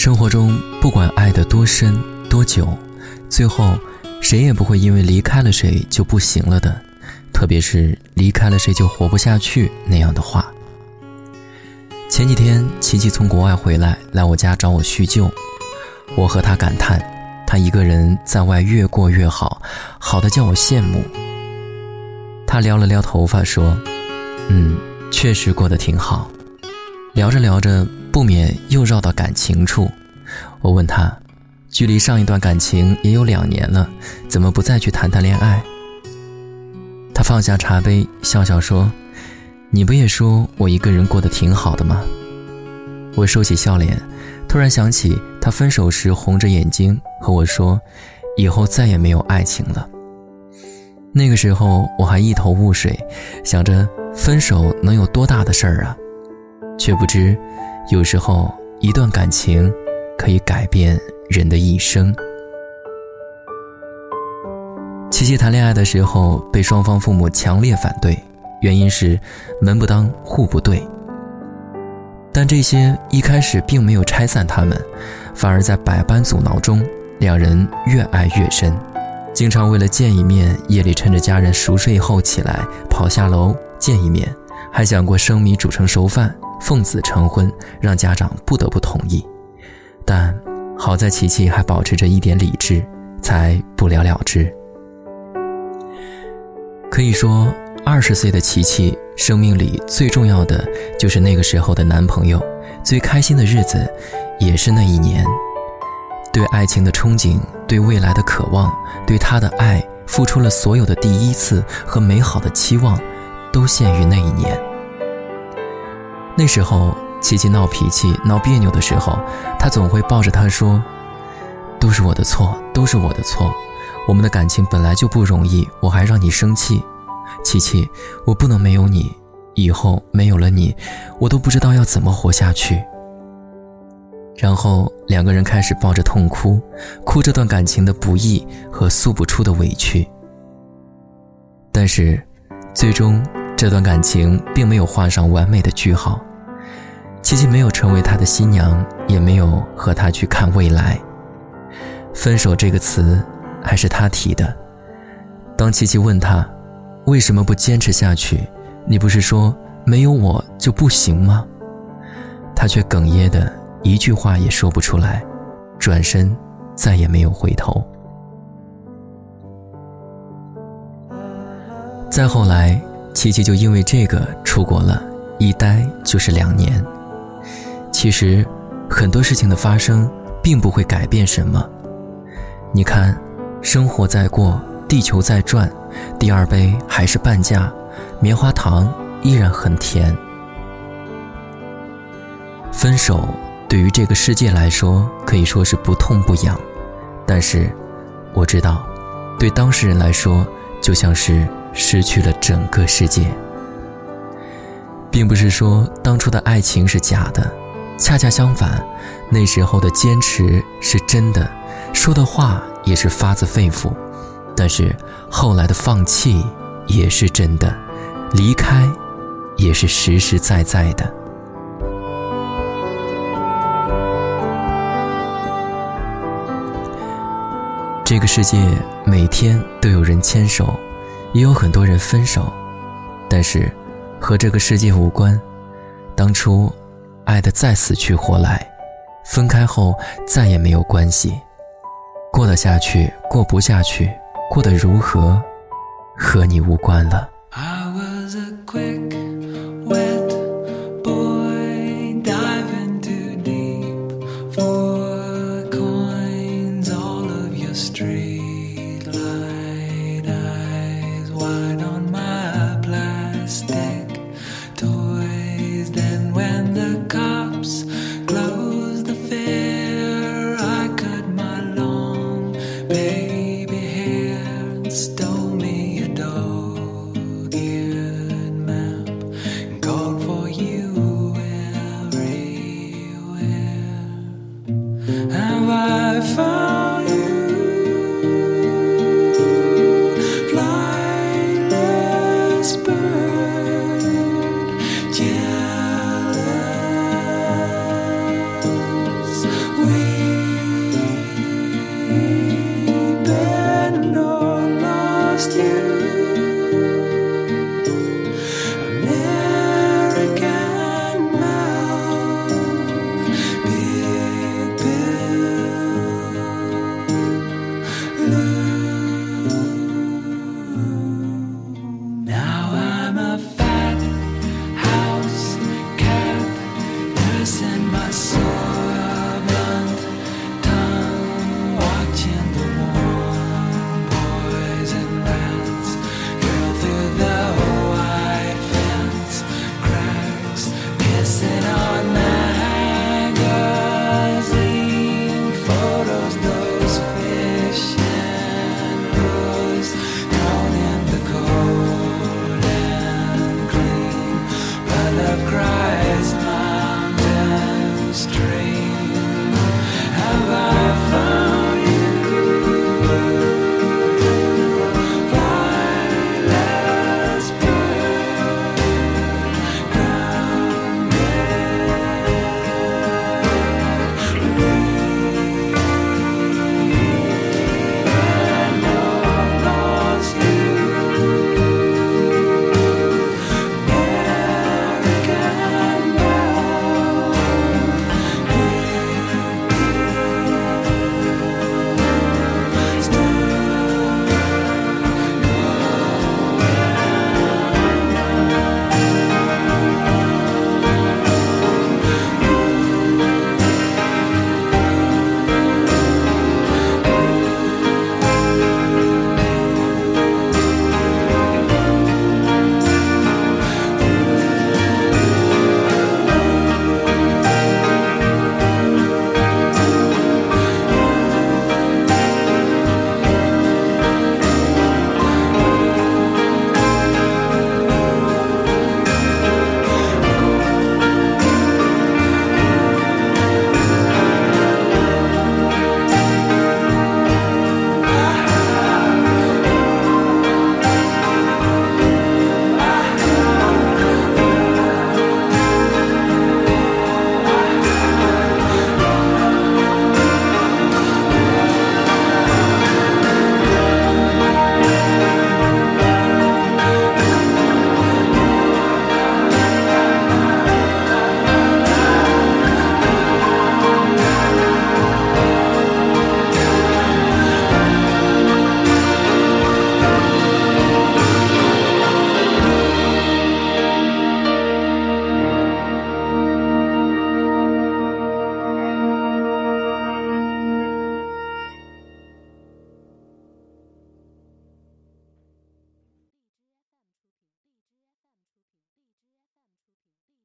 生活中不管爱得多深多久，最后谁也不会因为离开了谁就不行了的，特别是离开了谁就活不下去那样的话。前几天琪琪从国外回来我家找我叙旧，我和他感叹他一个人在外越过越好，好的叫我羡慕。他撩了撩头发说，确实过得挺好。聊着聊着不免又绕到感情处，我问他，距离上一段感情也有2年了，怎么不再去谈谈恋爱？他放下茶杯笑笑说，你不也说我一个人过得挺好的吗？我收起笑脸，突然想起他分手时红着眼睛和我说，以后再也没有爱情了。那个时候我还一头雾水，想着分手能有多大的事儿啊，却不知有时候一段感情可以改变人的一生。琪琪谈恋爱的时候被双方父母强烈反对，原因是门不当户不对。但这些一开始并没有拆散他们，反而在百般阻挠中，两人越爱越深。经常为了见一面，夜里趁着家人熟睡后起来跑下楼见一面，还想过生米煮成熟饭，奉子成婚，让家长不得不同意。但好在琪琪还保持着一点理智，才不了了之。可以说20岁的琪琪生命里最重要的就是那个时候的男朋友，最开心的日子也是那一年。对爱情的憧憬，对未来的渴望，对他的爱付出了所有的第一次和美好的期望，都限于那一年。那时候琪琪闹脾气闹别扭的时候，他总会抱着他说，都是我的错，都是我的错，我们的感情本来就不容易，我还让你生气。琪琪，我不能没有你，以后没有了你，我都不知道要怎么活下去。然后两个人开始抱着痛哭，哭这段感情的不易和诉不出的委屈。但是最终这段感情并没有画上完美的句号，琪琪没有成为他的新娘，也没有和他去看未来。分手这个词还是他提的。当琪琪问他为什么不坚持下去，你不是说没有我就不行吗？他却哽咽的一句话也说不出来，转身再也没有回头。再后来琪琪就因为这个出国了，一待就是2年。其实很多事情的发生并不会改变什么，你看生活在过，地球在转，第2杯还是半价，棉花糖依然很甜。分手对于这个世界来说可以说是不痛不痒，但是我知道对当事人来说就像是失去了整个世界。并不是说当初的爱情是假的，恰恰相反，那时候的坚持是真的，说的话也是发自肺腑，但是后来的放弃也是真的，离开也是实实在在的。这个世界每天都有人牵手，也有很多人分手，但是和这个世界无关。当初爱得再死去活来，分开后再也没有关系。过得下去，过不下去，过得如何，和你无关了。 I was a quick, wet boy, diving too deep for coins, all of your street light eyes wide on my plastic toys. Then when the cops closed the fair, I cut my long baby hair and stole me a dog-eared map and called for you everywhere. Have I found